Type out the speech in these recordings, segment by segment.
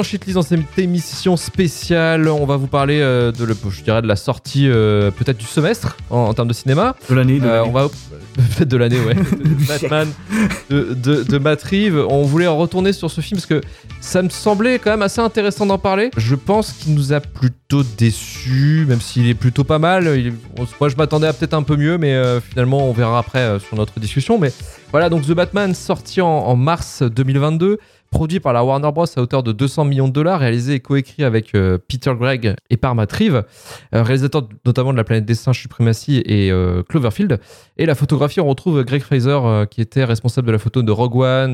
dans Shitlist, dans cette émission spéciale, on va vous parler de la sortie peut-être du semestre en termes de cinéma. De l'année. On va peut-être de l'année, ouais. De Batman, de Matt Reeves. On voulait retourner sur ce film parce que ça me semblait quand même assez intéressant d'en parler. Je pense qu'il nous a plutôt déçus, même s'il est plutôt pas mal. Moi, je m'attendais à peut-être un peu mieux, mais finalement, on verra après sur notre discussion. Mais voilà, donc The Batman, sorti en mars 2022. Produit par la Warner Bros. À hauteur de 200 millions de dollars, réalisé et coécrit avec Peter Gregg et par Matt Reeves, réalisateur notamment de La Planète des Singes, Suprématie et Cloverfield. Et la photographie, on retrouve Greg Fraser, qui était responsable de la photo de Rogue One,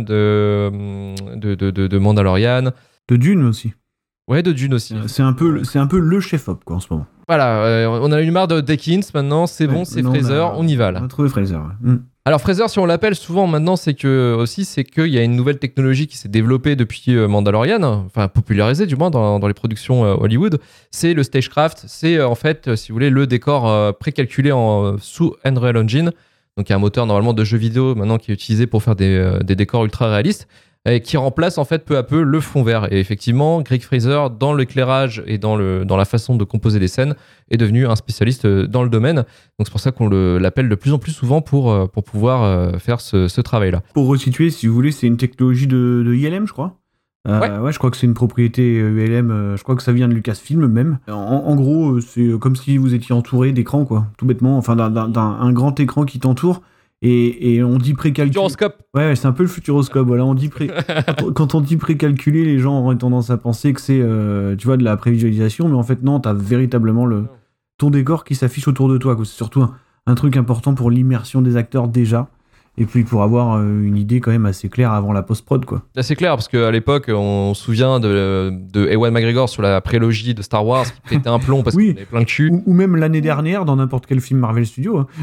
de Mandalorian. De Dune aussi. Ouais, de Dune aussi. C'est un peu le chef-op quoi, en ce moment. Voilà, on a eu marre de Deakins maintenant, c'est bon, c'est Fraser, on y va là. On a trouvé Fraser, ouais. Alors Fraser, si on l'appelle souvent maintenant, c'est qu'il y a une nouvelle technologie qui s'est développée depuis Mandalorian, enfin popularisée du moins dans les productions Hollywood. C'est le stagecraft, c'est en fait, si vous voulez, le décor précalculé sous Unreal Engine. Donc il y a un moteur normalement de jeux vidéo maintenant qui est utilisé pour faire des décors ultra réalistes, et qui remplace en fait peu à peu le fond vert. Et effectivement, Greg Fraser, dans l'éclairage et dans la façon de composer les scènes, est devenu un spécialiste dans le domaine. Donc c'est pour ça qu'on l'appelle de plus en plus souvent pour pouvoir faire ce travail-là. Pour resituer, si vous voulez, c'est une technologie de ILM, je crois. Ouais, je crois que c'est une propriété ILM. Je crois que ça vient de Lucasfilm même. En gros, c'est comme si vous étiez entouré d'écrans, quoi, tout bêtement. Enfin, d'un grand écran qui t'entoure. Et on dit précalculé. Futuroscope. Ouais, c'est un peu le futuroscope. Voilà, quand on dit précalculé, les gens auraient tendance à penser que c'est, tu vois, de la prévisualisation, mais en fait non, t'as véritablement ton décor qui s'affiche autour de toi, quoi. C'est surtout un truc important pour l'immersion des acteurs déjà, et puis pour avoir une idée quand même assez claire avant la post-prod, quoi. C'est clair, parce qu'à l'époque, on se souvient de Ewan McGregor sur la prélogie de Star Wars qui pétait un plomb parce qu'il avait plein le cul. Ou même l'année dernière dans n'importe quel film Marvel Studios. Hein.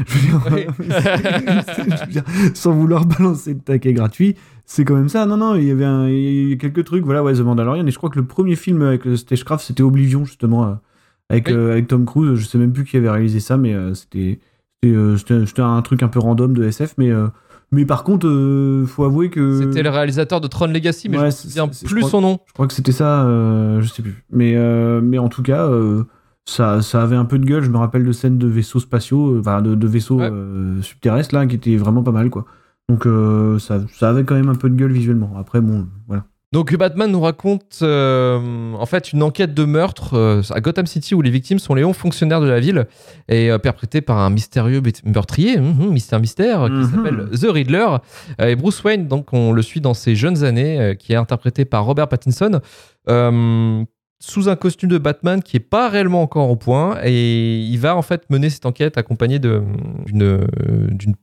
Je veux dire, sans vouloir balancer de taquet gratuit, c'est quand même ça. Non, il y avait quelques trucs. Voilà, ouais, The Mandalorian. Et je crois que le premier film avec le stagecraft, c'était Oblivion, justement, avec Tom Cruise. Je sais même plus qui avait réalisé ça, mais c'était un truc un peu random de SF, mais par contre, faut avouer que... C'était le réalisateur de Tron Legacy, mais je me souviens plus son nom. Je crois que c'était ça, je sais plus. Mais en tout cas, ça avait un peu de gueule. Je me rappelle de scènes de vaisseaux spatiaux, de vaisseaux subterrestres, là, qui étaient vraiment pas mal, quoi. Donc ça avait quand même un peu de gueule visuellement. Après, bon, voilà. Donc Batman nous raconte en fait une enquête de meurtre à Gotham City où les victimes sont les hauts fonctionnaires de la ville et perpétrées par un mystérieux meurtrier, mystère, qui s'appelle The Riddler. Et Bruce Wayne, donc on le suit dans ses jeunes années, qui est interprété par Robert Pattinson, sous un costume de Batman qui est pas réellement encore au point, et il va en fait mener cette enquête accompagné d'une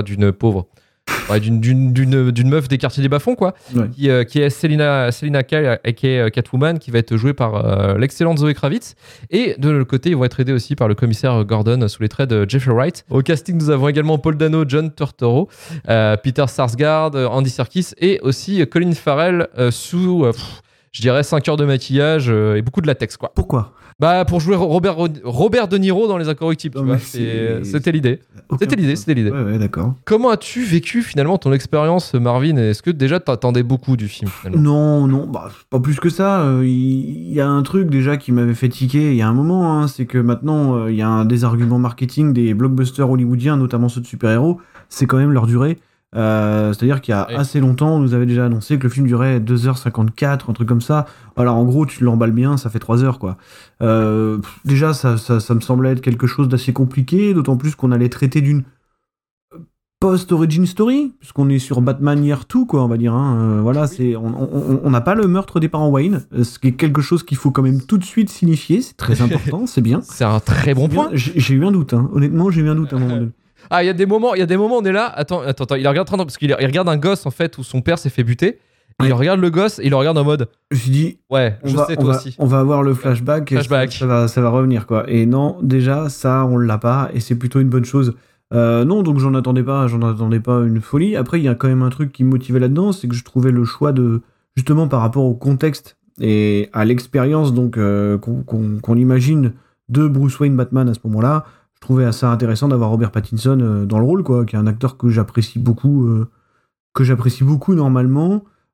meuf des quartiers des bas-fonds, quoi, qui est Selina Kyle, aka Catwoman, qui va être jouée par l'excellente Zoe Kravitz. Et de l'autre côté, ils vont être aidés aussi par le commissaire Gordon sous les traits de Jeffrey Wright. Au casting, nous avons également Paul Dano, John Turturro, Peter Sarsgaard, Andy Serkis et aussi Colin Farrell sous, je dirais, 5 heures de maquillage et beaucoup de latex, quoi. Pourquoi ? Pour jouer Robert De Niro dans Les Incorruptibles, tu vois. C'était l'idée. C'était l'idée. Ouais, d'accord. Comment as-tu vécu finalement ton expérience, Marvin ? Est-ce que déjà t'attendais beaucoup du film finalement ? Non, pas plus que ça. Il y a un truc déjà qui m'avait fait tiquer il y a un moment, c'est que maintenant il y a un des arguments marketing des blockbusters hollywoodiens, notamment ceux de super-héros, c'est quand même leur durée. C'est-à-dire qu'il y a assez longtemps, on nous avait déjà annoncé que le film durait 2h54, un truc comme ça. Alors en gros, tu l'emballes bien, ça fait 3 heures, quoi. Déjà, ça me semblait être quelque chose d'assez compliqué, d'autant plus qu'on allait traiter d'une post-origin story, puisqu'on est sur Batman Year 2, quoi, on va dire. Voilà, on n'a pas le meurtre des parents Wayne, ce qui est quelque chose qu'il faut quand même tout de suite signifier, c'est très important, c'est bien. C'est un très bon point. J'ai eu un doute, honnêtement, j'ai eu un doute à un moment donné. Ah, il y a des moments, on est là. Attends, il regarde parce qu'il regarde un gosse en fait où son père s'est fait buter. Et il regarde le gosse et il le regarde en mode. Je me suis dit. Ouais, aussi. On va avoir le flashback. Ça va revenir, quoi. Et non, déjà ça on l'a pas et c'est plutôt une bonne chose. Non, donc j'en attendais pas une folie. Après il y a quand même un truc qui me motivait là-dedans, c'est que je trouvais le choix de justement par rapport au contexte et à l'expérience donc qu'on imagine de Bruce Wayne Batman à ce moment-là. Je trouvais assez intéressant d'avoir Robert Pattinson dans le rôle, quoi, qui est un acteur que j'apprécie beaucoup normalement.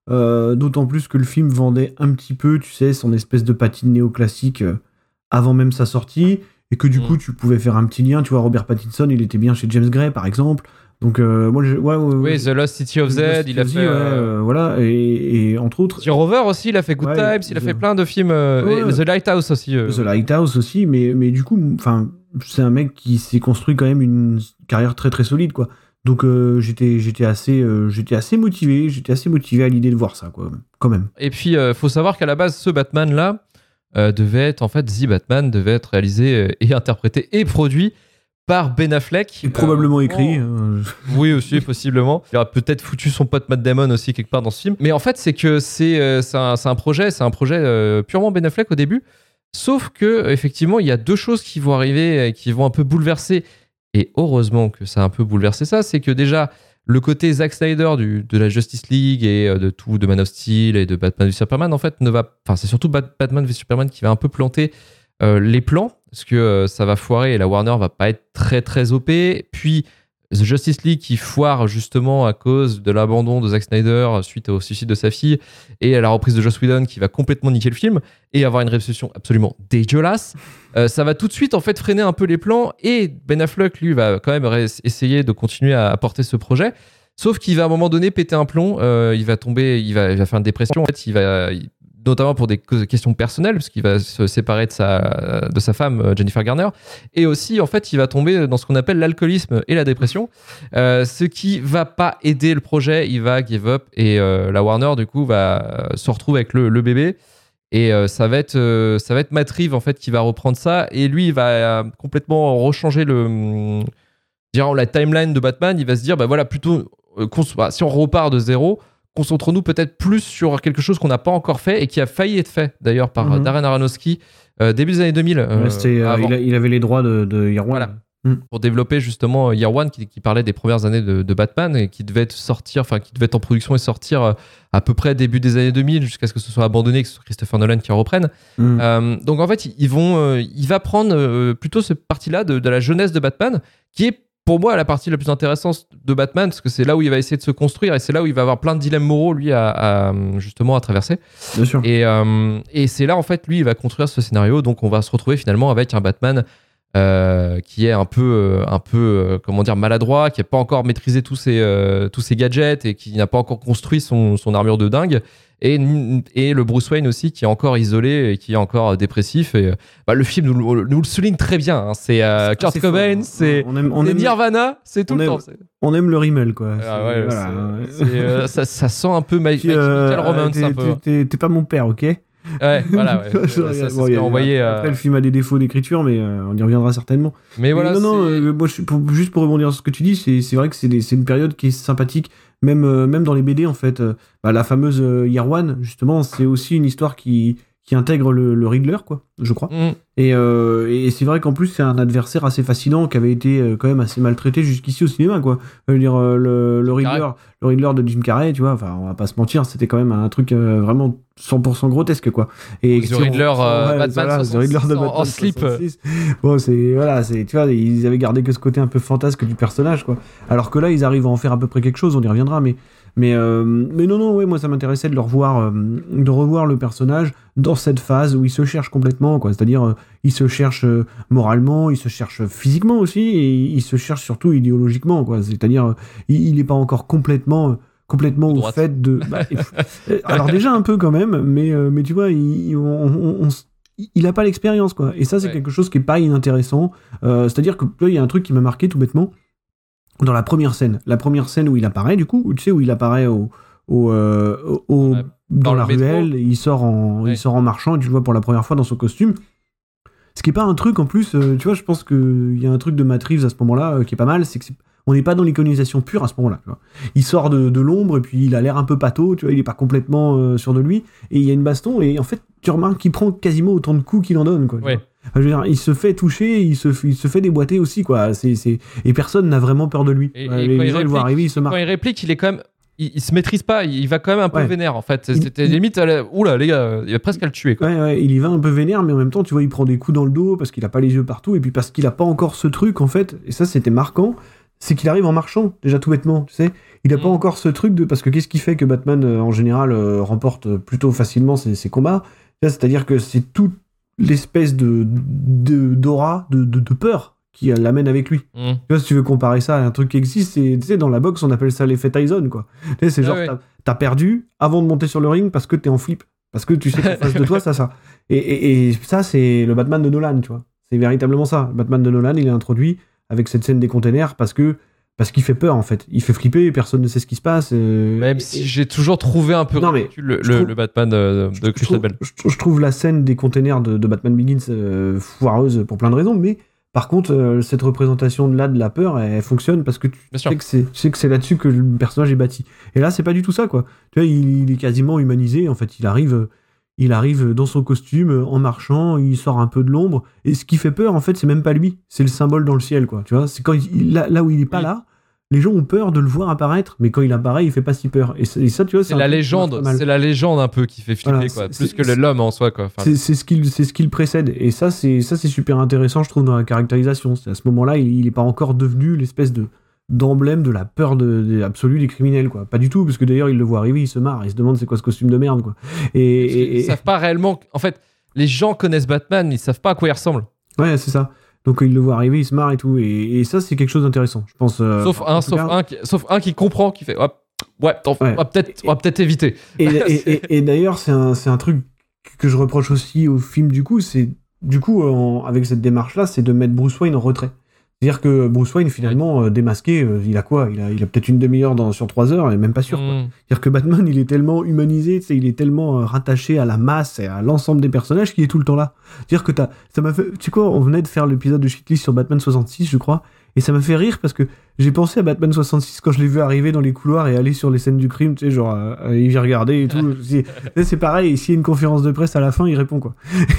D'autant plus que le film vendait un petit peu, tu sais, son espèce de patine néoclassique avant même sa sortie, et que du coup, tu pouvais faire un petit lien. Tu vois, Robert Pattinson, il était bien chez James Gray, par exemple. Donc, oui, The Lost City of Z, il a fait. Voilà, et entre autres. The Rover aussi, il a fait Good Times, il a fait plein de films. Et The Lighthouse aussi. The Lighthouse aussi, mais du coup, c'est un mec qui s'est construit quand même une carrière très très solide, quoi. Donc j'étais assez motivé à l'idée de voir ça, quoi, quand même. Et puis faut savoir qu'à la base, ce Batman là devait être, en fait, The Batman devait être réalisé et interprété et produit par Ben Affleck. Et probablement écrit. Oui, aussi, possiblement. Il aurait peut-être foutu son pote Matt Damon aussi quelque part dans ce film. Mais en fait, c'est que c'est un projet purement Ben Affleck au début. Sauf que, effectivement, il y a deux choses qui vont arriver, qui vont un peu bouleverser. Et heureusement que ça a un peu bouleversé ça. C'est que déjà, le côté Zack Snyder de la Justice League et de Man of Steel et de Batman v Superman, en fait, c'est surtout Batman v Superman qui va un peu planter les plans, parce que ça va foirer et la Warner va pas être très très OP. Puis The Justice League qui foire justement à cause de l'abandon de Zack Snyder suite au suicide de sa fille et à la reprise de Joss Whedon qui va complètement niquer le film et avoir une réception absolument dégueulasse. Ça va tout de suite en fait freiner un peu les plans, et Ben Affleck lui va quand même essayer de continuer à porter ce projet. Sauf qu'il va à un moment donné péter un plomb, il va tomber, il va faire une dépression. En fait, notamment pour des questions personnelles, parce qu'il va se séparer de sa femme, Jennifer Garner, et aussi, en fait, il va tomber dans ce qu'on appelle l'alcoolisme et la dépression, ce qui va pas aider le projet, il va give up, et la Warner, du coup, va se retrouver avec le bébé, et ça va être Matt Reeves, en fait, qui va reprendre ça, et lui, il va complètement rechanger la timeline de Batman. Il va se dire, bah voilà, plutôt, si on repart de zéro, concentrons-nous peut-être plus sur quelque chose qu'on n'a pas encore fait et qui a failli être fait d'ailleurs par Darren Aronofsky début des années 2000. Il avait les droits de Year One. Voilà. Pour développer justement Year One qui parlait des premières années de Batman et qui devait être en production et sortir à peu près début des années 2000 jusqu'à ce que ce soit abandonné, que ce soit Christopher Nolan qui en reprenne. Donc en fait, il va prendre plutôt cette partie-là de la jeunesse de Batman, qui est pour moi la partie la plus intéressante de Batman, parce que c'est là où il va essayer de se construire et c'est là où il va avoir plein de dilemmes moraux lui justement à traverser. Bien sûr. Et c'est là en fait lui il va construire ce scénario, donc on va se retrouver finalement avec un Batman qui est un peu comment dire, maladroit, qui n'a pas encore maîtrisé tous ses gadgets et qui n'a pas encore construit son armure de dingue. Et le Bruce Wayne aussi qui est encore isolé et qui est encore dépressif, et le film nous le souligne très bien, hein. C'est Kurt Cobain, c'est Nirvana, c'est tout le temps. On aime le rimel, quoi. Ça sent un peu My Chemical Romance un peu. T'es pas mon père, ok? Ouais, voilà. Ouais. Après, le film a des défauts d'écriture, mais on y reviendra certainement. Mais voilà. Moi, juste pour rebondir sur ce que tu dis, c'est vrai que c'est une période qui est sympathique, même dans les BD en fait. La fameuse Year One, justement, c'est aussi une histoire qui intègre le Riddler, quoi, je crois. Et c'est vrai qu'en plus, c'est un adversaire assez fascinant qui avait été quand même assez maltraité jusqu'ici au cinéma, quoi. Je veux dire, le Riddler de Jim Carrey, tu vois, enfin, on va pas se mentir, c'était quand même un truc vraiment 100% grotesque, quoi. Et The Riddler Batman en slip. Bon, tu vois, ils avaient gardé que ce côté un peu fantasque du personnage, quoi. Alors que là, ils arrivent à en faire à peu près quelque chose, on y reviendra, mais non, ouais, moi ça m'intéressait de revoir le personnage dans cette phase où il se cherche complètement, quoi. C'est-à-dire, il se cherche moralement, il se cherche physiquement aussi, et il se cherche surtout idéologiquement, quoi. C'est-à-dire, il n'est pas encore complètement au fait de. Alors déjà un peu quand même, mais tu vois, il a pas l'expérience, quoi. Et ça, c'est quelque chose qui est pas inintéressant. C'est-à-dire que il y a un truc qui m'a marqué tout bêtement. Dans la première scène où il apparaît, du coup, tu sais, où il apparaît dans la ruelle, il sort en marchant, et tu le vois pour la première fois dans son costume. Ce qui est pas un truc, en plus, tu vois, je pense qu'il y a un truc de Matt Reeves à ce moment-là qui est pas mal, c'est que on n'est pas dans l'iconisation pure à ce moment-là, tu vois. Il sort de l'ombre, et puis il a l'air un peu pâteau, tu vois, il est pas complètement sûr de lui, et il y a une baston, et en fait, tu remarques qu'il prend quasiment autant de coups qu'il en donne, quoi. Ouais. Je veux dire, il se fait toucher, il se fait déboîter aussi, quoi. Et personne n'a vraiment peur de lui. Les gens le voient arriver, il se marre. Quand il réplique, il est quand même. Il se maîtrise pas, il va quand même un peu vénère en fait. C'était limite, oula les gars, il va presque à le tuer, quoi. Ouais, il y va un peu vénère, mais en même temps, tu vois, il prend des coups dans le dos parce qu'il a pas les yeux partout, et puis parce qu'il a pas encore ce truc en fait. Et ça, c'était marquant. c'est qu'il arrive en marchant, déjà tout bêtement, tu sais. Il a pas encore ce truc de... Parce que qu'est-ce qui fait que Batman, en général, remporte plutôt facilement ses combats? C'est-à-dire que c'est toute l'espèce d'aura, de peur qui l'amène avec lui. Tu vois, si tu veux comparer ça à un truc qui existe, tu sais, dans la boxe, on appelle ça l'effet Tyson, quoi. Tu sais, c'est genre, t'as perdu avant de monter sur le ring parce que t'es en flip. Parce que tu sais qu'en face de toi, ça. Et ça, c'est le Batman de Nolan, tu vois. C'est véritablement ça. Le Batman de Nolan, il est introduit avec cette scène des containers parce qu'il fait peur, en fait. Il fait flipper, personne ne sait ce qui se passe. Même si j'ai toujours trouvé un peu le Batman de Christian Bale. Je trouve la scène des containers de Batman Begins foireuse pour plein de raisons, mais par contre, cette représentation de la peur, elle fonctionne parce que tu sais que c'est là-dessus que le personnage est bâti. Et là, c'est pas du tout ça, quoi. Tu vois, il est quasiment humanisé. En fait, il arrive dans son costume, en marchant, il sort un peu de l'ombre. Et ce qui fait peur, en fait, c'est même pas lui. C'est le symbole dans le ciel, quoi. Tu vois, c'est quand là où il est pas là, les gens ont peur de le voir apparaître, mais quand il apparaît, il fait pas si peur. Et ça, tu vois, c'est la légende un peu qui fait flipper, quoi. Plus que l'homme en soi, quoi. C'est ce qu'il précède. Et ça, c'est super intéressant, je trouve, dans la caractérisation. C'est à ce moment-là, il est pas encore devenu l'espèce d'emblème de la peur absolue des criminels, quoi. Pas du tout, parce que d'ailleurs, il le voit arriver, il se marre, il se demande c'est quoi ce costume de merde, quoi. Ils savent pas réellement... En fait, les gens connaissent Batman, mais ils savent pas à quoi il ressemble. Ouais, c'est ça. Donc il le voit arriver, il se marre et tout. Et ça, c'est quelque chose d'intéressant, je pense. Sauf un qui comprend, qui fait... on va peut-être éviter. Et d'ailleurs, c'est un truc que je reproche aussi au film, du coup, avec cette démarche-là, c'est de mettre Bruce Wayne en retrait. C'est-à-dire que Bruce Wayne, finalement, démasqué, il a quoi ? Il a peut-être une demi-heure sur 3 heures, et même pas sûr. Quoi. C'est-à-dire que Batman, il est tellement humanisé, il est tellement rattaché à la masse et à l'ensemble des personnages qu'il est tout le temps là. C'est-à-dire que ça m'a fait... Tu sais quoi, on venait de faire l'épisode de Shitlist sur Batman 66, je crois, et ça m'a fait rire parce que j'ai pensé à Batman 66 quand je l'ai vu arriver dans les couloirs et aller sur les scènes du crime, tu sais, genre, il vient regarder et tout. C'est pareil, s'il y a une conférence de presse à la fin, il répond, quoi.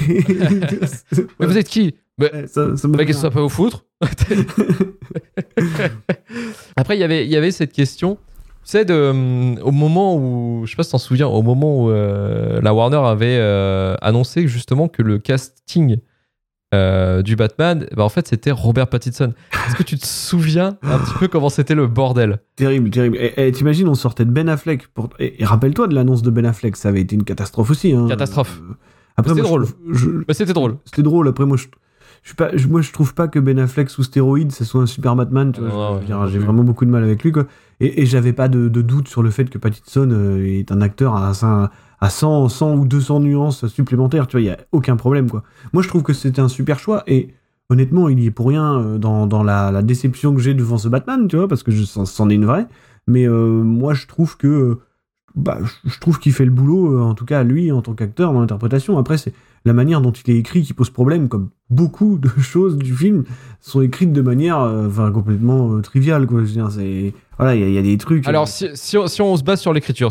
Mais vous êtes qui ? Ça qu'est-ce que ça peut vous foutre? Après, il y avait cette question, tu sais, au moment où, je sais pas si t'en souviens, au moment où la Warner avait annoncé justement que le casting du Batman, en fait, c'était Robert Pattinson. Est-ce que tu te souviens un petit peu comment c'était le bordel? Terrible. Et t'imagines, on sortait de Ben Affleck. Et rappelle-toi de l'annonce de Ben Affleck, ça avait été une catastrophe aussi. Hein. Catastrophe. Après, c'était drôle. C'était drôle. C'était drôle. Après, moi, je trouve pas que Ben Affleck sous stéroïdes, ça soit un super Batman. Tu vois, j'ai vraiment beaucoup de mal avec lui, quoi. Et j'avais pas de doute sur le fait que Pattinson est un acteur à 100 ou 200 nuances supplémentaires. Tu vois, il y a aucun problème, quoi. Moi, je trouve que c'était un super choix. Et honnêtement, il y est pour rien dans la déception que j'ai devant ce Batman, tu vois, parce que c'en est une vraie. Mais moi, je trouve que... je trouve qu'il fait le boulot, en tout cas lui, en tant qu'acteur, dans l'interprétation. Après, c'est la manière dont il est écrit qui pose problème, comme beaucoup de choses du film sont écrites de manière complètement triviale, quoi. Je veux dire, voilà, il y a des trucs... Alors, si on se base sur l'écriture,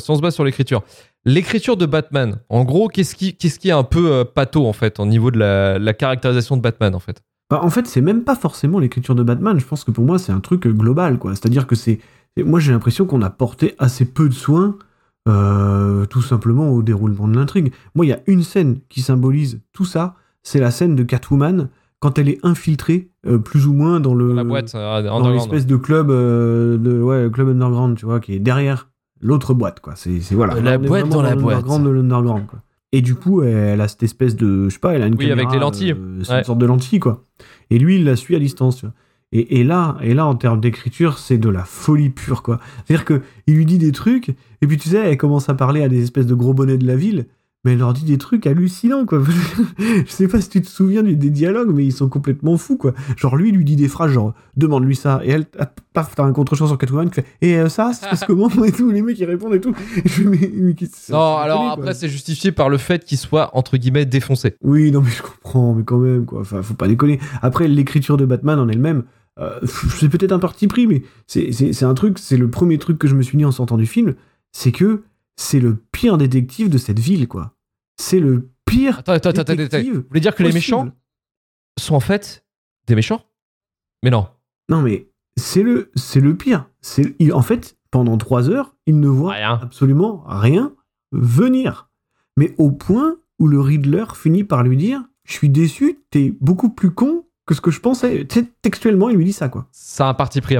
l'écriture de Batman, en gros, qu'est-ce qui est un peu pâteau, en fait, au niveau de la caractérisation de Batman, en fait? En fait, c'est même pas forcément l'écriture de Batman. Je pense que pour moi, c'est un truc global, quoi. C'est-à-dire que moi, j'ai l'impression qu'on a porté assez peu de soin... tout simplement au déroulement de l'intrigue. Moi, il y a une scène qui symbolise tout ça, c'est la scène de Catwoman quand elle est infiltrée plus ou moins dans la boîte, dans l'espèce de club club underground, tu vois, qui est derrière l'autre boîte, quoi. C'est voilà. La boîte dans la boîte. L'underground, quoi. Et du coup, elle a cette espèce de, je sais pas, elle a une caméra, avec les lentilles. C'est une sorte de lentille, quoi. Et lui, il la suit à distance, tu vois. Et là, en termes d'écriture, c'est de la folie pure, quoi. C'est-à-dire qu'il lui dit des trucs, et puis tu sais, elle commence à parler à des espèces de gros bonnets de la ville, mais elle leur dit des trucs hallucinants, quoi. Je sais pas si tu te souviens des dialogues, mais ils sont complètement fous, quoi. Genre, lui dit des phrases, genre, demande-lui ça, et elle, paf, t'as un contre-champ sur Catwoman qui fait, et ça se passe comment? Et tout, les mecs, ils répondent et tout. Et je me dis, non, alors après, c'est justifié par le fait qu'il soit, entre guillemets, défoncé. Oui, non, mais je comprends, mais quand même, quoi. Enfin, faut pas déconner. Après, l'écriture de Batman en elle-même, c'est peut-être un parti pris, mais c'est un truc, c'est le premier truc que je me suis dit en sortant du film, c'est que c'est le pire détective de cette ville, quoi. C'est le pire détective. Vous voulez dire que les méchants sont en fait des méchants? Mais non. Non, mais c'est le pire. En fait, pendant 3 heures, il ne voit absolument rien venir. Mais au point où le Riddler finit par lui dire « Je suis déçu, t'es beaucoup plus con que ce que je pensais. » Tu sais, textuellement, il lui dit ça, quoi. Ça a un parti pris après.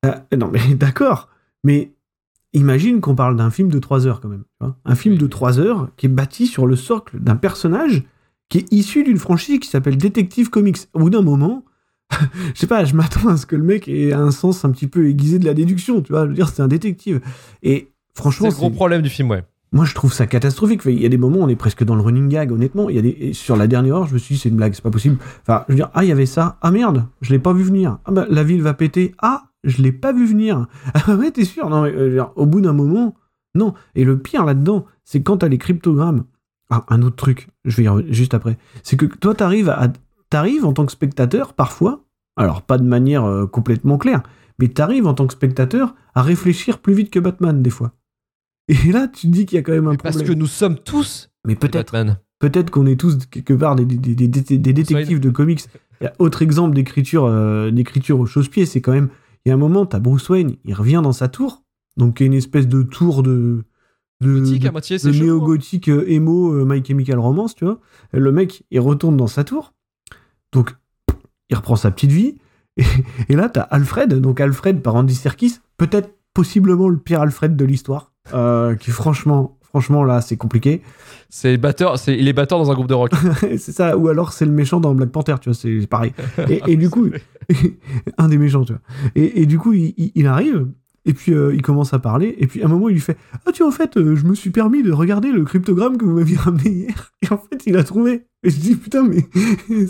Non, mais d'accord. Mais imagine qu'on parle d'un film de 3 heures, quand même. Tu vois, un film de 3 heures qui est bâti sur le socle d'un personnage qui est issu d'une franchise qui s'appelle Detective Comics. Au bout d'un moment, je sais pas, je m'attends à ce que le mec ait un sens un petit peu aiguisé de la déduction, tu vois. Je veux dire, c'est un détective. Et franchement, c'est le gros problème du film, ouais. Moi, je trouve ça catastrophique. Il y a des moments où on est presque dans le running gag, honnêtement. Et sur la dernière heure, je me suis dit, c'est une blague, c'est pas possible. Enfin, je veux dire, il y avait ça. Ah merde, je l'ai pas vu venir. Ah bah, la ville va péter. Ah, je l'ai pas vu venir. Ah ouais, t'es sûr? Non, mais au bout d'un moment, non. Et le pire là-dedans, c'est quand t'as les cryptogrammes. Ah, un autre truc, je vais y revenir juste après. C'est que toi, t'arrives en tant que spectateur, parfois, alors pas de manière complètement claire, mais t'arrives en tant que spectateur à réfléchir plus vite que Batman, des fois. Et là, tu te dis qu'il y a quand même un problème. Parce que nous sommes tous mais peut-être qu'on est tous quelque part des détectives de comics. Autre exemple d'écriture au chausse-pied, c'est quand même, il y a un moment, t'as Bruce Wayne, il revient dans sa tour, donc il y a une espèce de tour de gothique à moitié, c'est néo-gothique emo My Chemical Romance, tu vois. Le mec, il retourne dans sa tour, donc il reprend sa petite vie, et là, t'as Alfred, donc Alfred par Andy Serkis, peut-être possiblement le pire Alfred de l'histoire. Qui franchement là c'est compliqué. Il est batteur dans un groupe de rock. C'est ça, ou alors c'est le méchant dans Black Panther, tu vois, c'est pareil. Et du coup, un des méchants, tu vois. Et du coup, il arrive, et puis il commence à parler, et puis à un moment il lui fait « Ah tu en fait, je me suis permis de regarder le cryptogramme que vous m'aviez ramené hier. » Et en fait, il a trouvé. Et je dis « Putain, mais sérieusement ?»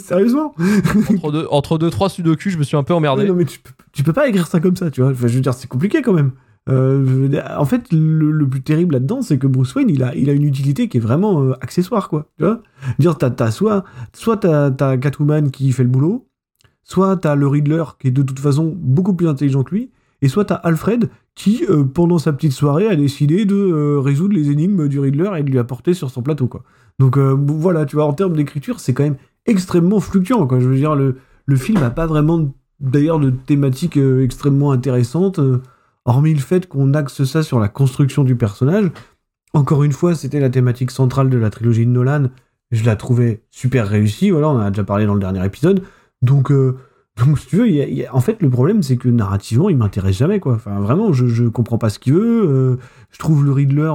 Entre 2-3 sudoku, je me suis un peu emmerdé. Ouais, non, mais tu peux pas écrire ça comme ça, tu vois. Enfin, je veux dire, c'est compliqué quand même. En fait, le plus terrible là-dedans, c'est que Bruce Wayne, il a une utilité qui est vraiment accessoire, quoi. Tu vois, dire soit t'as Catwoman qui fait le boulot, soit t'as le Riddler qui est de toute façon beaucoup plus intelligent que lui, et soit t'as Alfred qui, pendant sa petite soirée, a décidé de résoudre les énigmes du Riddler et de lui apporter sur son plateau, quoi. Donc voilà, tu vois, en termes d'écriture, c'est quand même extrêmement fluctuant, quoi. Je veux dire, le film n'a pas vraiment, d'ailleurs, de thématique extrêmement intéressante. Hormis le fait qu'on axe ça sur la construction du personnage. Encore une fois, c'était la thématique centrale de la trilogie de Nolan. Je la trouvais super réussie. Voilà, on en a déjà parlé dans le dernier épisode. Donc si tu veux, en fait, le problème, c'est que narrativement, il m'intéresse jamais, quoi. Enfin, vraiment, je comprends pas ce qu'il veut. Je trouve le Riddler,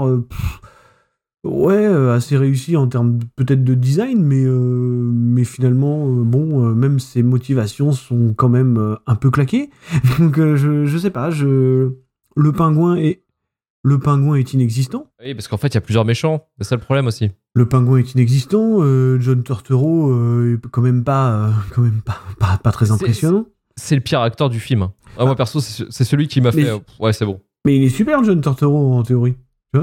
assez réussi en termes peut-être de design, mais finalement, même ses motivations sont quand même un peu claquées. Donc je sais pas, le pingouin est inexistant. Oui, parce qu'en fait, il y a plusieurs méchants. C'est ça le problème aussi. Le pingouin est inexistant. John Turturro est quand même pas très impressionnant. C'est le pire acteur du film. Moi, perso, c'est celui qui m'a fait... ouais, c'est bon. Mais il est super, John Turturro, en théorie.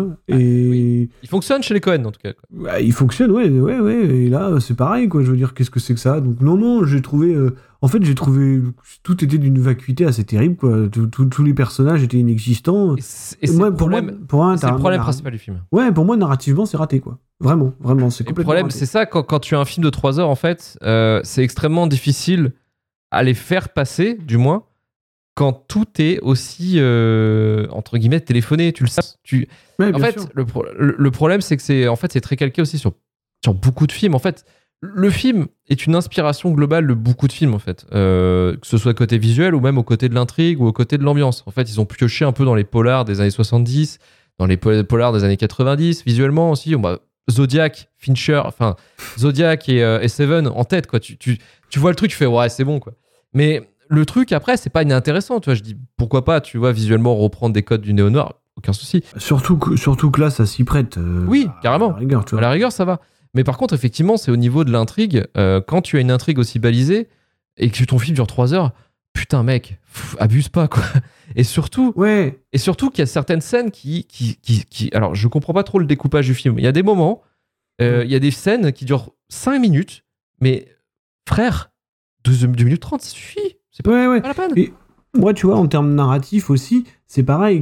Oui. Il fonctionne chez les Cohen, en tout cas. Ouais, il fonctionne, ouais. Et là, c'est pareil, quoi. Je veux dire, qu'est-ce que c'est que ça? Donc non, j'ai trouvé... En fait, j'ai trouvé... Tout était d'une vacuité assez terrible, quoi. Tous les personnages étaient inexistants. Et c'est le problème principal du film. Ouais, pour moi, narrativement, c'est raté, quoi. Vraiment, c'est complètement le problème, raté. c'est ça, quand tu as un film de 3 heures, en fait, c'est extrêmement difficile à les faire passer, du moins, quand tout est aussi, entre guillemets, téléphoné. Tu le sais. Ouais, en fait, le problème, c'est que c'est très calqué aussi sur beaucoup de films. En fait, le film est une inspiration globale de beaucoup de films, en fait. Que ce soit côté visuel ou même au côté de l'intrigue ou au côté de l'ambiance. En fait, ils ont pioché un peu dans les polars des années 70, dans les polars des années 90, visuellement aussi. Zodiac, Fincher, enfin, Zodiac et Seven en tête, quoi. Tu vois le truc, tu fais, ouais, c'est bon, quoi. Mais le truc, après, c'est pas inintéressant, tu vois. Je dis, pourquoi pas, tu vois, visuellement reprendre des codes du néo-noir, aucun souci. Surtout que là, ça s'y prête. Oui, carrément. À la rigueur, ça va. Mais par contre, effectivement, c'est au niveau de l'intrigue. Quand tu as une intrigue aussi balisée et que ton film dure 3 heures, putain, mec, abuse pas, quoi. Et surtout qu'il y a certaines scènes qui... Alors, je comprends pas trop le découpage du film. Il y a des moments, il y a des scènes qui durent 5 minutes, mais frère, 2 minutes 30, ça suffit. C'est pas la peine. Et moi, tu vois, en termes narratifs aussi, c'est pareil.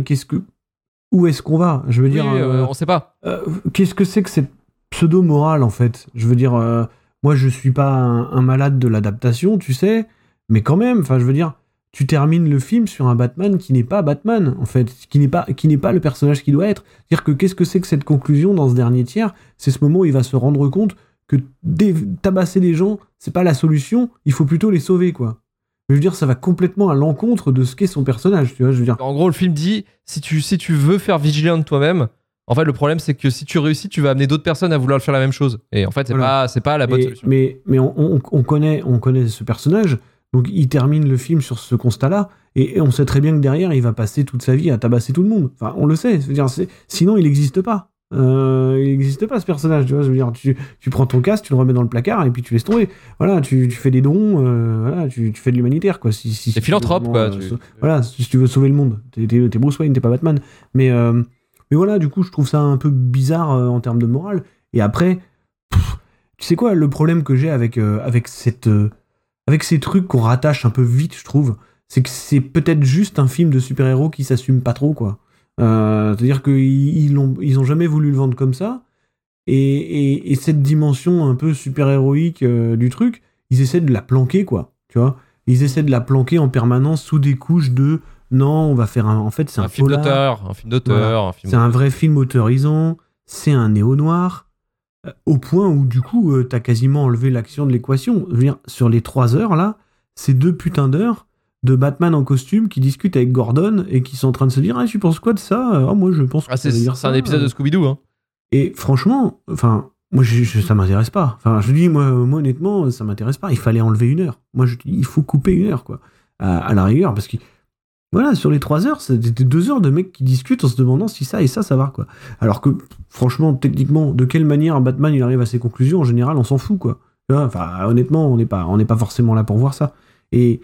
Où est-ce qu'on va? Je veux dire... on sait pas. Qu'est-ce que c'est que cette pseudo-morale, en fait? Je veux dire, moi, je suis pas un malade de l'adaptation, tu sais, mais quand même, enfin, je veux dire, tu termines le film sur un Batman qui n'est pas Batman, en fait, qui n'est pas le personnage qu'il doit être. C'est-à-dire que qu'est-ce que c'est que cette conclusion dans ce dernier tiers? C'est ce moment où il va se rendre compte que tabasser les gens, c'est pas la solution, il faut plutôt les sauver, quoi. je veux dire, ça va complètement à l'encontre de ce qu'est son personnage, tu vois, je veux dire. En gros, le film dit, si tu veux faire Vigilant toi-même, en fait, le problème, c'est que si tu réussis, tu vas amener d'autres personnes à vouloir faire la même chose. Et en fait, c'est pas la bonne solution. Mais on connaît ce personnage, donc il termine le film sur ce constat-là, et on sait très bien que derrière, il va passer toute sa vie à tabasser tout le monde. Enfin, on le sait, je veux dire, sinon, il n'existe pas. Il n'existe pas ce personnage, tu vois, je veux dire, tu prends ton casque, tu le remets dans le placard, et puis tu laisses tomber. Voilà, tu fais des dons, voilà, tu fais de l'humanitaire, quoi. T'es philanthrope, quoi. Voilà, si tu veux sauver le monde. T'es Bruce Wayne, t'es pas Batman. Mais voilà, du coup, je trouve ça un peu bizarre en termes de morale. Et après, tu sais quoi, le problème que j'ai avec ces trucs qu'on rattache un peu vite, je trouve, c'est que c'est peut-être juste un film de super-héros qui s'assume pas trop, quoi. C'est-à-dire qu'ils ont jamais voulu le vendre comme ça, et cette dimension un peu super-héroïque du truc, ils essaient de la planquer, quoi, tu vois. Ils essaient de la planquer en permanence sous des couches de non, on va faire en fait, c'est un film polar, d'auteur, voilà. C'est un vrai film autorisant, c'est un néo-noir, au point où du coup, t'as quasiment enlevé l'action de l'équation. Je veux dire, sur les 3 heures, là, c'est 2 putains d'heures de Batman en costume qui discutent avec Gordon et qui sont en train de se dire « Ah, tu penses quoi de ça ? Moi, je pense que c'est un épisode de Scooby-Doo, hein. » Et franchement, enfin, moi, ça m'intéresse pas. Enfin, je dis, moi honnêtement, ça m'intéresse pas. Il fallait enlever 1 heure. Moi, je dis, il faut couper 1 heure, quoi. À la rigueur, parce que voilà, sur les 3 heures, c'était 2 heures de mecs qui discutent en se demandant si ça et ça va, quoi. Alors que, franchement, techniquement, de quelle manière Batman il arrive à ses conclusions, en général, on s'en fout, quoi. Enfin, honnêtement, on n'est pas forcément là pour voir ça. Et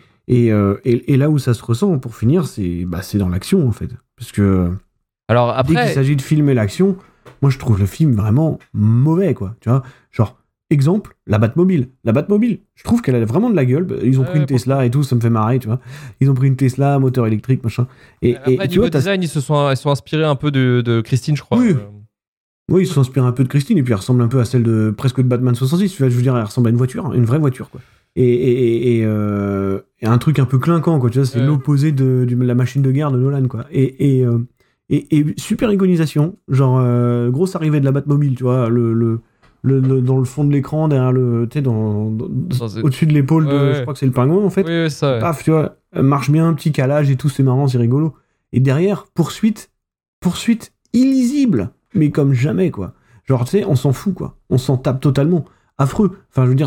là où ça se ressent, pour finir, c'est dans l'action, en fait. Parce que alors, après, dès qu'il s'agit de filmer l'action, moi, je trouve le film vraiment mauvais, quoi. Tu vois, genre, exemple, la Batmobile. La Batmobile, je trouve qu'elle a vraiment de la gueule. Ils ont pris une Tesla et tout, ça me fait marrer, tu vois. Ils ont pris une Tesla, moteur électrique, machin. Et après, tu vois, design, ils sont inspirés un peu de Christine, je crois. Oui. Oui, ils se sont inspirés un peu de Christine, et puis elle ressemble un peu à celle presque de Batman 66. Tu vois, je veux dire, elle ressemble à une voiture, une vraie voiture, quoi. Et un truc un peu clinquant, quoi. Tu vois, c'est l'opposé de la machine de guerre de Nolan, quoi. Et super iconisation, genre grosse arrivée de la Batmobile, tu vois, dans le fond de l'écran, derrière tu sais, au-dessus de l'épaule je crois que c'est le pingouin, en fait. Oui, ça. Paf, tu vois, marche bien, petit calage et tout, c'est marrant, c'est rigolo. Et derrière, poursuite illisible, mais comme jamais, quoi. Genre, tu sais, on s'en fout, quoi. On s'en tape totalement. Affreux. Enfin, je veux dire,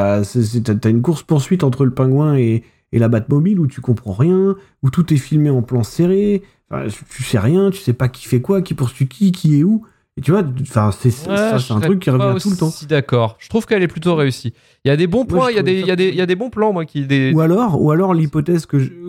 t'as une course-poursuite entre le pingouin et la Batmobile où tu comprends rien, où tout est filmé en plan serré. Enfin, tu sais rien, tu sais pas qui fait quoi, qui poursuit qui est où. Et tu vois, enfin, c'est un truc qui revient tout le temps. D'accord. Je trouve qu'elle est plutôt réussie. Il y a des bons points, il y a des bons plans, moi, Ou alors l'hypothèse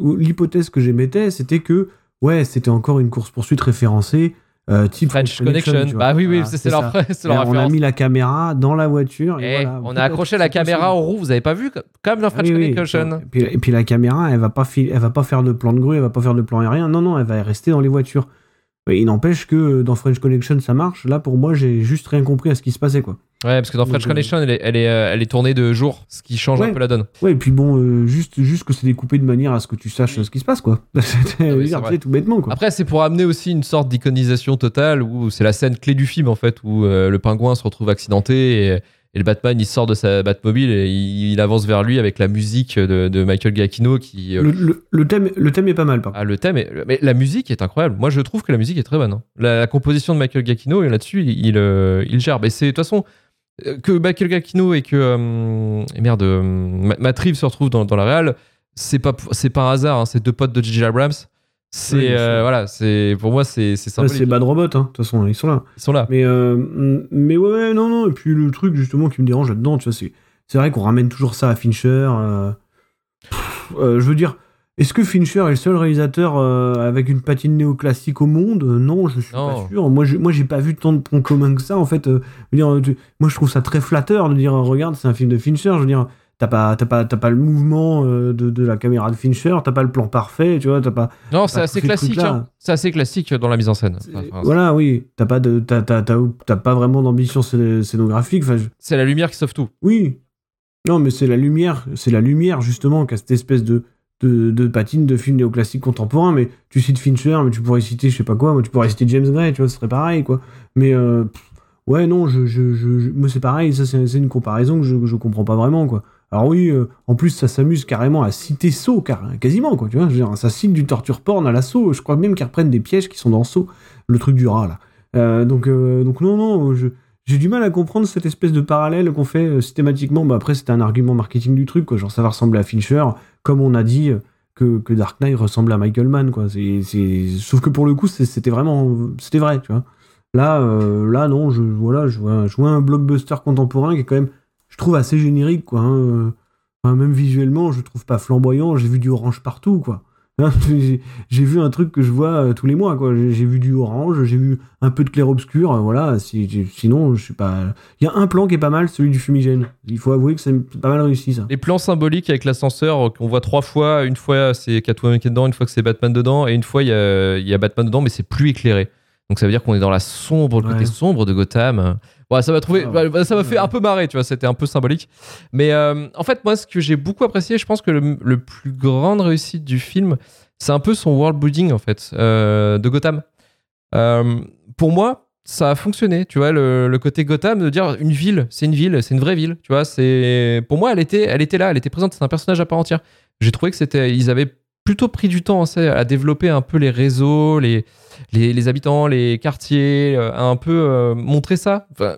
que j'émettais, c'était que, ouais, c'était encore une course-poursuite référencée, type French Connection. Bah oui, voilà, c'est leur référence. On a mis la caméra dans la voiture. Et voilà, on a accroché la caméra aux roues, vous avez pas vu, comme dans French Connection. Et puis la caméra, elle va pas faire de plan de grue, elle va pas faire de plan aérien. Non, elle va rester dans les voitures. Il n'empêche que dans French Connection, ça marche. Là, pour moi, j'ai juste rien compris à ce qui se passait, quoi. Ouais, parce que dans French Connection, elle est tournée de jour, ce qui change un peu la donne. Ouais, et puis bon, juste que c'est découpé de manière à ce que tu saches ce qui se passe, quoi. C'est tout bêtement, quoi. Après, c'est pour amener aussi une sorte d'iconisation totale, où c'est la scène clé du film, en fait, où le pingouin se retrouve accidenté et le Batman, il sort de sa Batmobile et il avance vers lui avec la musique de Michael Giacchino qui... Le thème est pas mal, par contre. Le thème mais la musique est incroyable. Moi, je trouve que la musique est très bonne. Hein. La composition de Michael Giacchino, là-dessus, il gère. Mais c'est, de toute façon, que Michael Giacchino et que... Matt Reeves se retrouvent dans la réal, c'est pas un hasard. Hein. C'est 2 potes de J.J. Abrams. Voilà, pour moi c'est symbolique. C'est Bad Robot, hein. De toute façon, ils sont là. Mais ouais, non. Et puis le truc justement qui me dérange là-dedans, tu vois, c'est vrai qu'on ramène toujours ça à Fincher. Je veux dire, est-ce que Fincher est le seul réalisateur avec une patine néoclassique au monde ? Non, je suis pas sûr. Moi, j'ai pas vu tant de points communs que ça. En fait, moi, je trouve ça très flatteur de dire, regarde, c'est un film de Fincher. Je veux dire. T'as pas le mouvement de la caméra de Fincher, t'as pas le plan parfait, tu vois, t'as pas... Non, c'est assez classique, hein. C'est assez classique dans la mise en scène. Voilà, oui, t'as pas vraiment d'ambition scénographique. C'est la lumière qui sauve tout. Oui. Non, mais c'est la lumière justement, qui a cette espèce de patine de film néoclassique contemporain, mais tu cites Fincher, mais tu pourrais citer, je sais pas quoi, moi tu pourrais citer James Gray, tu vois, ce serait pareil, quoi. Mais... ouais, non, moi c'est pareil, ça c'est une comparaison que je comprends pas vraiment, quoi. Alors oui, en plus, ça s'amuse carrément à citer Saw, quasiment, quoi, tu vois. Je veux dire, ça cite du torture porn à la Saw. Je crois même qu'ils reprennent des pièges qui sont dans Saw, le truc du rat, là. Donc non, j'ai du mal à comprendre cette espèce de parallèle qu'on fait systématiquement. Bah, après, c'était un argument marketing du truc, quoi. Genre, ça va ressembler à Fincher, comme on a dit que Dark Knight ressemble à Michael Mann, quoi. Sauf que pour le coup, c'était vrai, tu vois. Là, non, je vois un blockbuster contemporain qui est quand même, je trouve, assez générique, quoi. Enfin, même visuellement, je trouve pas flamboyant. J'ai vu du orange partout, quoi. Hein, j'ai vu un truc que je vois tous les mois, quoi. J'ai vu du orange, j'ai vu un peu de clair-obscur, voilà. Sinon, je suis pas. Il y a un plan qui est pas mal, celui du fumigène. Il faut avouer que c'est pas mal réussi, ça. Les plans symboliques avec l'ascenseur qu'on voit 3 fois. Une fois, c'est Catwoman qui est dedans, une fois que c'est Batman dedans, et une fois, il y a Batman dedans, mais c'est plus éclairé. Donc ça veut dire qu'on est dans le côté sombre de Gotham. Ouais, ça m'a fait un peu marrer, tu vois, c'était un peu symbolique. Mais en fait, moi, ce que j'ai beaucoup apprécié, je pense que le plus grande réussite du film, c'est un peu son world building, en fait, de Gotham. Pour moi, ça a fonctionné, tu vois, le côté Gotham, de dire une ville, c'est une vraie ville, tu vois. Pour moi, elle était là, elle était présente, c'est un personnage à part entière. J'ai trouvé que ils avaient plutôt pris du temps à développer un peu les réseaux, les habitants, les quartiers, à un peu montrer ça. Enfin,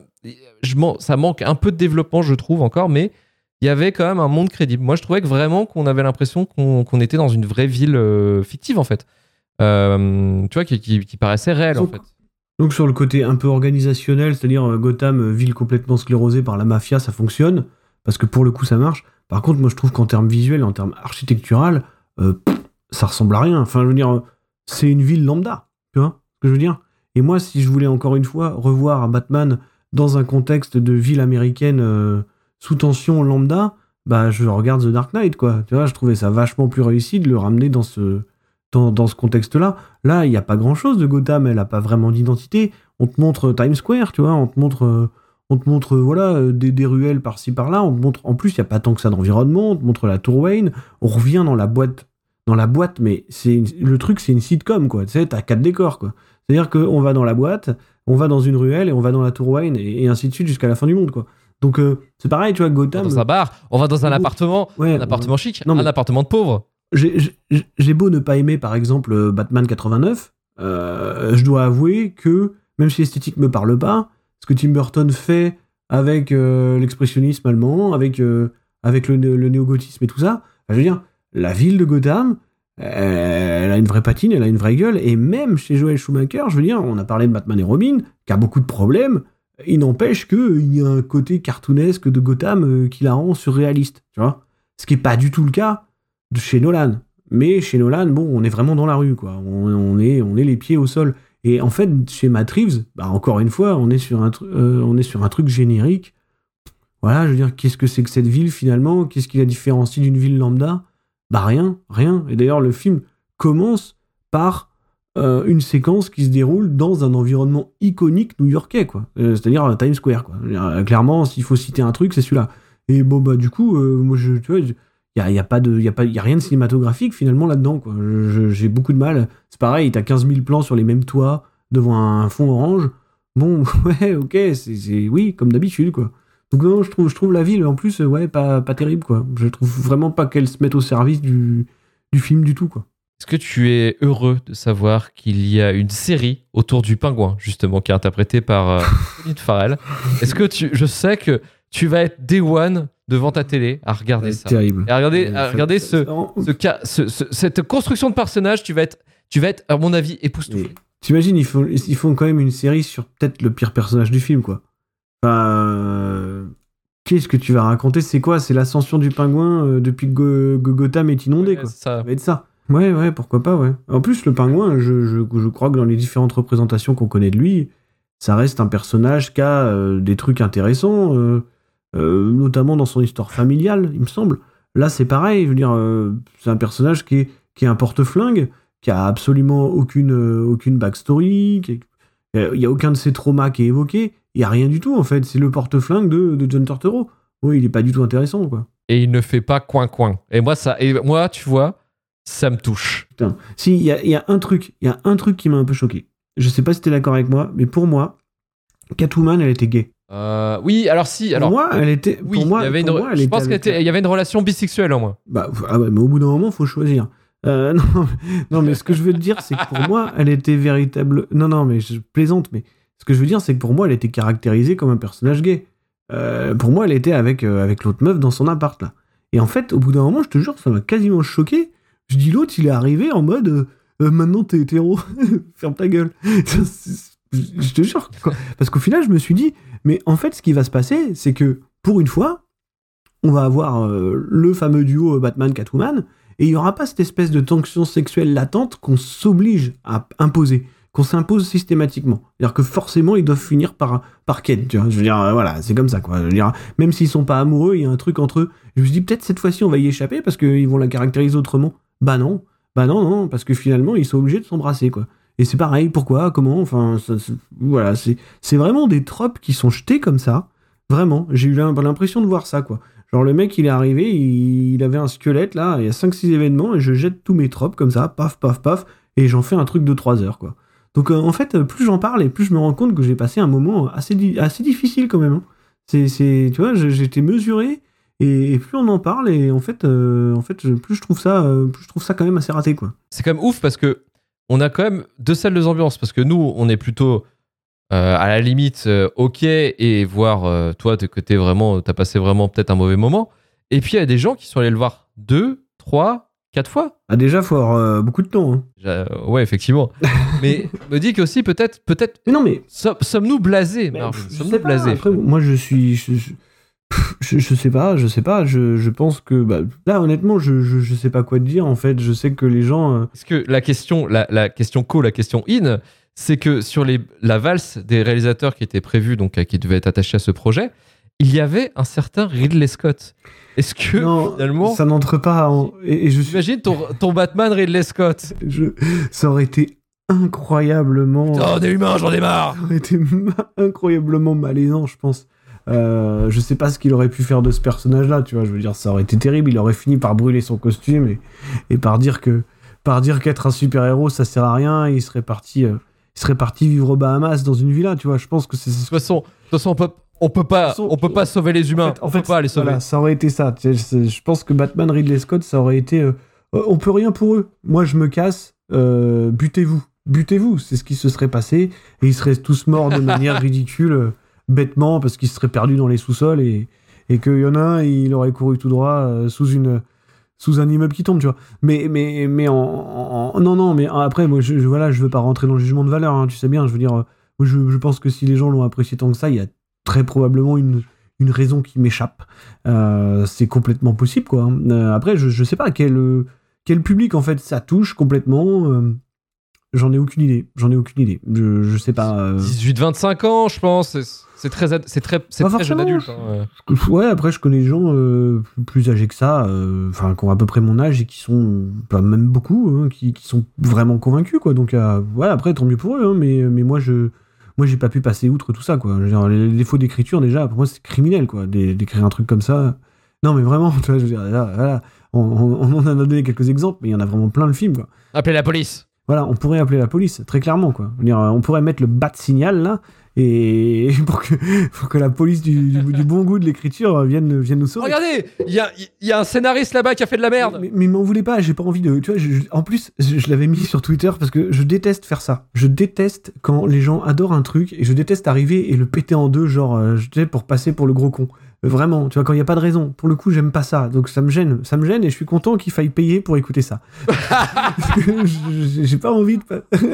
ça manque un peu de développement, je trouve, encore, mais il y avait quand même un monde crédible. Moi, je trouvais que vraiment qu'on avait l'impression qu'on était dans une vraie ville fictive, en fait. Tu vois, qui paraissait réelle, en fait. Donc, sur le côté un peu organisationnel, c'est-à-dire Gotham, ville complètement sclérosée par la mafia, ça fonctionne, parce que pour le coup, ça marche. Par contre, moi, je trouve qu'en termes visuels, en termes architectural, ça ressemble à rien. Enfin, je veux dire, c'est une ville lambda. Tu vois ce que je veux dire? Et moi, si je voulais encore une fois revoir Batman dans un contexte de ville américaine sous tension lambda, bah je regarde The Dark Knight, quoi. Tu vois, je trouvais ça vachement plus réussi de le ramener dans ce contexte-là. Là, il n'y a pas grand-chose de Gotham, elle n'a pas vraiment d'identité. On te montre Times Square, tu vois, on te montre voilà, des ruelles par-ci par-là, on te montre, en plus, il n'y a pas tant que ça d'environnement, on te montre la Tour Wayne, on revient dans la boîte, mais le truc, c'est une sitcom, quoi. Tu sais, t'as 4 décors, quoi. C'est-à-dire qu'on va dans la boîte, on va dans une ruelle et on va dans la Tour Wayne et ainsi de suite jusqu'à la fin du monde, quoi. Donc, c'est pareil, tu vois, Gotham. Dans un bar, on va dans un appartement, un appartement chic, un appartement de pauvre. J'ai beau ne pas aimer, par exemple, Batman 89, je dois avouer que, même si l'esthétique me parle pas, ce que Tim Burton fait avec l'expressionnisme allemand, avec le néo-gothisme et tout ça, je veux dire, la ville de Gotham, elle a une vraie patine, elle a une vraie gueule, et même chez Joel Schumacher, je veux dire, on a parlé de Batman et Robin, qui a beaucoup de problèmes, il n'empêche qu'il y a un côté cartoonesque de Gotham qui la rend surréaliste, tu vois. Ce qui n'est pas du tout le cas de chez Nolan. Mais chez Nolan, bon, on est vraiment dans la rue, quoi. On est les pieds au sol. Et en fait, chez Matt Reeves, bah, encore une fois, on est sur un truc générique. Voilà, je veux dire, qu'est-ce que c'est que cette ville, finalement? Qu'est-ce qui la différencie d'une ville lambda? Bah rien. Et d'ailleurs, le film commence par une séquence qui se déroule dans un environnement iconique new-yorkais, quoi. C'est-à-dire Times Square, quoi. Clairement, s'il faut citer un truc, c'est celui-là. Et bon, bah, du coup, moi, tu vois, il y a rien de cinématographique, finalement, là-dedans, quoi. J'ai beaucoup de mal. C'est pareil, t'as 15 000 plans sur les mêmes toits, devant un fond orange. Bon, ouais, ok, oui, comme d'habitude, quoi. Donc non, je trouve la ville, en plus, ouais, pas terrible, quoi. Je trouve vraiment pas qu'elle se mette au service du film du tout, quoi. Est-ce que tu es heureux de savoir qu'il y a une série autour du pingouin, justement, qui est interprétée par Colin Farrell? Est-ce que je sais que tu vas être day one devant ta télé à regarder ça. Terrible. Et à regarder cette construction de personnage, tu vas être, à mon avis, époustouflé. T'imagines, ils font quand même une série sur peut-être le pire personnage du film, quoi. Enfin, qu'est-ce que tu vas raconter? C'est quoi? C'est l'ascension du pingouin depuis que Gotham est inondé, quoi. Ça va être ça. Ouais, pourquoi pas, ouais. En plus, le pingouin, je crois que dans les différentes représentations qu'on connaît de lui, ça reste un personnage qui a des trucs intéressants, notamment dans son histoire familiale, il me semble. Là, c'est pareil, je veux dire, c'est un personnage qui est un porte-flingue, qui a absolument aucune backstory, il n'y a aucun de ses traumas qui est évoqué, il n'y a rien du tout, en fait. C'est le porte-flingue de John Turturro. Oui, il n'est pas du tout intéressant, quoi. Et il ne fait pas coin-coin. Et moi, tu vois, ça me touche. Putain. Si, il y a un truc qui m'a un peu choqué. Je sais pas si t'es d'accord avec moi, mais pour moi, Catwoman, elle était gay. Oui, alors si. Alors, pour moi, elle était. oui, pour moi, il y avait pour moi, elle je était pense avec- qu'il y avait une relation bisexuelle en moins. Bah, ouais, mais au bout d'un moment, faut choisir. Non, non, mais ce que je veux te dire, c'est que pour moi, elle était véritable. Non, non, mais je plaisante, mais ce que je veux dire, c'est que pour moi, elle était caractérisée comme un personnage gay. Pour moi, elle était avec l'autre meuf dans son appart, là. Et en fait, au bout d'un moment, je te jure, ça m'a quasiment choqué. Je dis, l'autre, il est arrivé en mode maintenant, t'es hétéro, ferme ta gueule. Je te jure, quoi. Parce qu'au final, je me suis dit, mais en fait, ce qui va se passer, c'est que pour une fois, on va avoir le fameux duo Batman-Catwoman, et il n'y aura pas cette espèce de tension sexuelle latente qu'on s'oblige à imposer, qu'on s'impose systématiquement. C'est-à-dire que forcément, ils doivent finir par ken, tu vois. Je veux dire, voilà, c'est comme ça, quoi. Je veux dire, même s'ils sont pas amoureux, il y a un truc entre eux. Je me dis, peut-être cette fois-ci, on va y échapper, parce qu'ils vont la caractériser autrement. Bah non, non, parce que finalement, ils sont obligés de s'embrasser, quoi. Et c'est pareil, pourquoi, comment, enfin, voilà, c'est vraiment des tropes qui sont jetés comme ça. Vraiment, j'ai eu l'impression de voir ça, quoi. Genre le mec, il est arrivé, il avait un squelette, là, il y a 5-6 événements, et je jette tous mes tropes comme ça, paf, paf, paf, et j'en fais un truc de 3 heures, quoi. Donc en fait, plus j'en parle, et plus je me rends compte que j'ai passé un moment assez difficile quand même. Hein. Tu vois, j'étais mesuré, et plus on en parle, et en fait, plus je trouve ça quand même assez raté, quoi. C'est quand même ouf parce que on a quand même deux salles de ambiance. Parce que nous, on est plutôt à la limite ok, et voir toi de côté vraiment, t'as passé vraiment peut-être un mauvais moment. Et puis il y a des gens qui sont allés le voir 2, 3, 4 fois. Ah déjà, faut avoir beaucoup de temps. Hein. Ouais, effectivement. Mais me dis qu'aussi peut-être. Mais non, mais sommes-nous blasés, Marvin? Sommes-nous blasés? Après, moi, je sais pas. Je pense que là, honnêtement, je sais pas quoi te dire. En fait, je sais que les gens. Parce que la question in, c'est que sur la valse des réalisateurs qui étaient prévus, donc qui devaient être attachés à ce projet, il y avait un certain Ridley Scott. Est-ce que non, finalement ça n'entre pas et je suis... Imagine ton Batman Ridley Scott. Ça aurait été incroyablement... Putain, on est humain, j'en ai marre. Ça aurait été incroyablement malaisant, je pense. Je sais pas ce qu'il aurait pu faire de ce personnage-là, tu vois. Je veux dire, ça aurait été terrible. Il aurait fini par brûler son costume et par dire qu'être un super-héros, ça sert à rien. Il serait parti vivre aux Bahamas dans une villa, tu vois. Je pense que c'est... De toute façon, on peut pas sauver les humains. On peut pas les sauver. Voilà, ça aurait été ça. Je pense que Batman Ridley Scott, ça aurait été... on peut rien pour eux. Moi, je me casse. Butez-vous. C'est ce qui se serait passé. Et ils seraient tous morts de manière ridicule, bêtement, parce qu'ils seraient perdus dans les sous-sols et qu'il y en a un, il aurait couru tout droit sous un immeuble qui tombe, tu vois. Mais non, mais après, moi, je veux pas rentrer dans le jugement de valeur, hein, tu sais bien. Je veux dire, je pense que si les gens l'ont apprécié tant que ça, il y a très probablement une raison qui m'échappe. C'est complètement possible, quoi. Après, je sais pas quel public, en fait, ça touche complètement. J'en ai aucune idée. Je sais pas. 18-25 ans, je pense. C'est très jeune adulte. Hein. Ouais, après, je connais des gens plus âgés que ça, qui ont à peu près mon âge et qui sont, pas même beaucoup, hein, qui sont vraiment convaincus, quoi. Donc, ouais, après, tant mieux pour eux, hein, mais moi, j'ai pas pu passer outre tout ça, quoi. Je veux dire, les défauts d'écriture, déjà, pour moi, c'est criminel, quoi, d'écrire un truc comme ça. Non, mais vraiment, tu vois, je veux dire, là, on en a donné quelques exemples, mais il y en a vraiment plein le film, quoi. Appelez la police. Voilà, on pourrait appeler la police, très clairement, quoi. Je veux dire, on pourrait mettre le bat signal, là, et pour que la police du bon goût de l'écriture vienne nous sauver. Regardez, il y a un scénariste là-bas qui a fait de la merde. Mais m'en voulez pas, j'ai pas envie de... Tu vois, en plus, je l'avais mis sur Twitter parce que je déteste faire ça. Je déteste quand les gens adorent un truc et je déteste arriver et le péter en deux, genre, pour passer pour le gros con. Vraiment, tu vois, quand il n'y a pas de raison. Pour le coup, j'aime pas ça. Donc ça me gêne et je suis content qu'il faille payer pour écouter ça. J'ai pas envie de...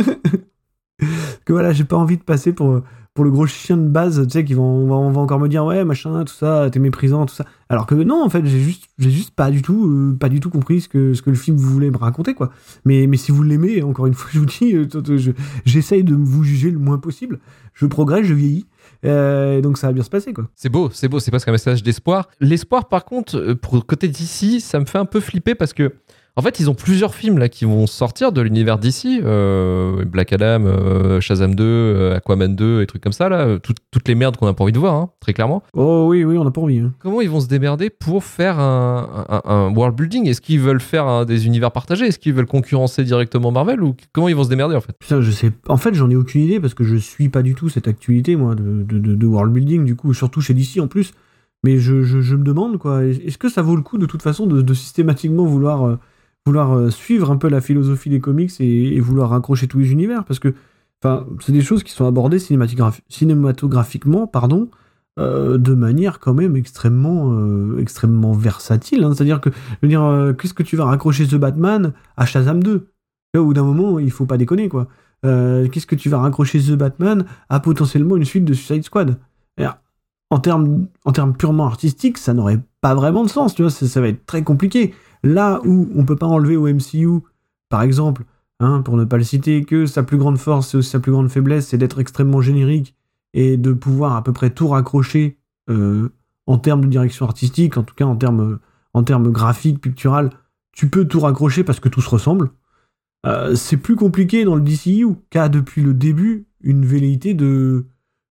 j'ai pas envie de passer pour le gros chien de base, tu sais, on va encore me dire ouais, machin, tout ça, t'es méprisant, tout ça. Alors que non, en fait, j'ai juste pas du tout compris ce que le film voulait me raconter, quoi. Mais si vous l'aimez, encore une fois, je vous dis, j'essaye de vous juger le moins possible. Je progresse, je vieillis. Donc ça va bien se passer, quoi. C'est beau, c'est presque un message d'espoir. L'espoir, par contre, pour le côté d'ici, ça me fait un peu flipper parce que, En fait, ils ont plusieurs films là qui vont sortir de l'univers d'ici. Black Adam, Shazam 2, Aquaman 2, et trucs comme ça, là. Toutes les merdes qu'on n'a pas envie de voir, hein, très clairement. Oh oui, on n'a pas envie. Hein. Comment ils vont se démerder pour faire un world building? Est-ce qu'ils veulent faire des univers partagés? Est-ce qu'ils veulent concurrencer directement Marvel? Ou comment ils vont se démerder, en fait? Putain, je sais. En fait, j'en ai aucune idée parce que je suis pas du tout cette actualité, moi, de world building, du coup, surtout chez DC en plus. Mais je me demande, quoi, est-ce que ça vaut le coup, de toute façon, de systématiquement vouloir suivre un peu la philosophie des comics et vouloir raccrocher tous les univers, parce que c'est des choses qui sont abordées cinématographiquement, de manière quand même extrêmement versatile. Hein. C'est-à-dire que, je veux dire, qu'est-ce que tu vas raccrocher The Batman à Shazam 2 ? Là, au bout d'un moment, il faut pas déconner, quoi. Qu'est-ce que tu vas raccrocher The Batman à potentiellement une suite de Suicide Squad ? En termes purement artistiques, ça n'aurait pas vraiment de sens, tu vois, ça va être très compliqué. Là où on peut pas enlever au MCU, par exemple, hein, pour ne pas le citer, que sa plus grande force et aussi sa plus grande faiblesse, c'est d'être extrêmement générique et de pouvoir à peu près tout raccrocher en termes de direction artistique, en tout cas en termes graphiques, pictural, tu peux tout raccrocher parce que tout se ressemble. C'est plus compliqué dans le DCU, qu'a depuis le début une velléité de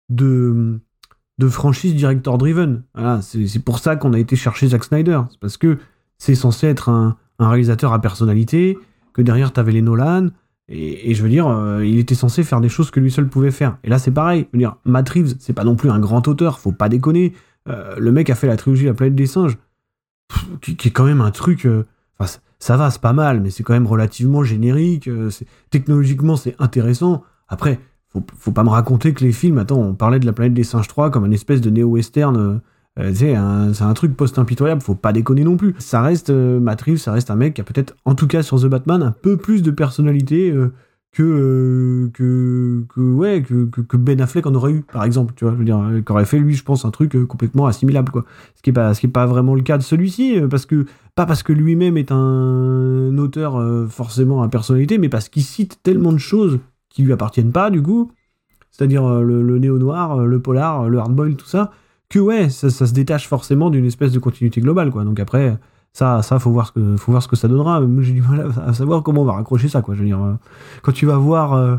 franchise director driven. Voilà, c'est pour ça qu'on a été chercher Zack Snyder. C'est parce que c'est censé être un réalisateur à personnalité, que derrière t'avais les Nolan, et je veux dire, il était censé faire des choses que lui seul pouvait faire. Et là c'est pareil, je veux dire, Matt Reeves, c'est pas non plus un grand auteur, faut pas déconner. Le mec a fait la trilogie La Planète des Singes, qui est quand même un truc... ça va, c'est pas mal, mais c'est quand même relativement générique, technologiquement c'est intéressant. Après, faut pas me raconter que les films, attends, on parlait de La Planète des Singes 3 comme une espèce de néo-western, c'est un truc post-impitoyable, faut pas déconner non plus. Ça reste, Matt Reeves, ça reste un mec qui a peut-être, en tout cas sur The Batman, un peu plus de personnalité que Ben Affleck en aurait eu, par exemple, tu vois, je veux dire, qu'aurait fait lui, je pense, un truc complètement assimilable, quoi. Ce qui est pas vraiment le cas de celui-ci, pas parce que lui-même est un auteur forcément à personnalité, mais parce qu'il cite tellement de choses qui lui appartiennent pas, du coup, c'est-à-dire le néo-noir, le polar, le hardboil, tout ça, que ouais, ça se détache forcément d'une espèce de continuité globale, quoi. Donc après, ça faut voir ce que ça donnera. Moi, j'ai du mal à savoir comment on va raccrocher ça, quoi. Je veux dire, quand tu vas voir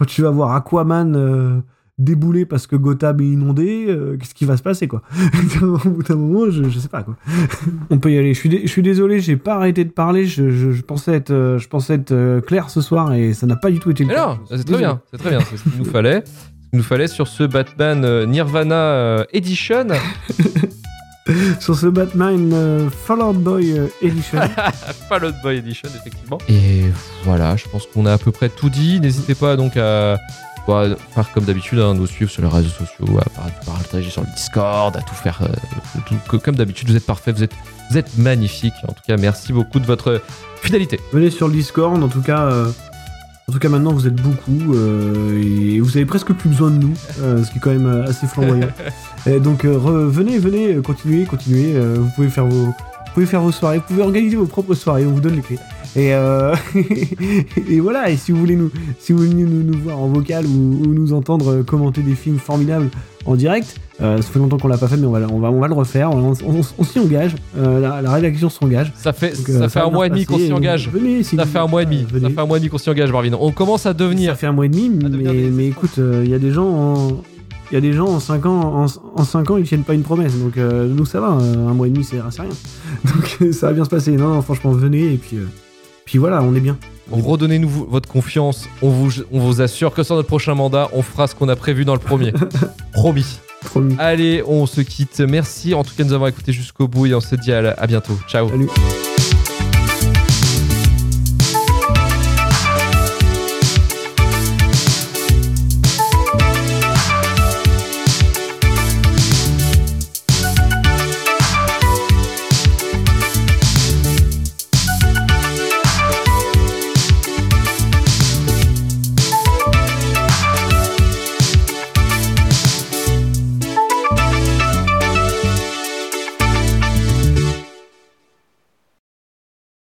Aquaman débouler parce que Gotham est inondé, qu'est-ce qui va se passer, quoi? Au bout d'un moment, je sais pas, quoi. On peut y aller. Je suis désolé, j'ai pas arrêté de parler. Je pensais être clair ce soir et ça n'a pas du tout été le cas. Non, c'est très bien. C'est ce qu'il nous fallait. Il nous fallait sur ce Batman Nirvana Edition. Sur ce Batman Fall Out Boy Edition. Fall Out Boy Edition, effectivement. Et voilà, je pense qu'on a à peu près tout dit. N'hésitez pas donc à faire comme d'habitude, hein, nous suivre sur les réseaux sociaux, à partager sur le Discord, à tout faire. Comme d'habitude, vous êtes parfaits, vous êtes magnifiques. En tout cas, merci beaucoup de votre fidélité. Venez sur le Discord, en tout cas, maintenant vous êtes beaucoup et vous avez presque plus besoin de nous, ce qui est quand même assez flamboyant. Et donc venez, continuez. Vous pouvez faire vos soirées, vous pouvez organiser vos propres soirées, on vous donne les clés. Et voilà. Et si vous voulez nous voir en vocal ou nous entendre commenter des films formidables en direct, ça fait longtemps qu'on l'a pas fait, mais on va le refaire. On s'y engage. La rédaction s'engage. Ça fait un mois et demi qu'on s'y engage. Ça fait un mois et demi qu'on s'y engage, Marvin. On commence à devenir. Ça fait un mois et demi, mais écoute, il y a des gens en 5 ans, ils tiennent pas une promesse. Donc nous ça va, un mois et demi c'est rien. Donc ça va bien se passer. Non, franchement, venez et puis voilà, on est bien. Redonnez-nous votre confiance. On vous assure que sur notre prochain mandat, on fera ce qu'on a prévu dans le premier. Promis. Allez, on se quitte. Merci en tout cas de nous avoir écoutés jusqu'au bout et on se dit à bientôt. Ciao. Salut.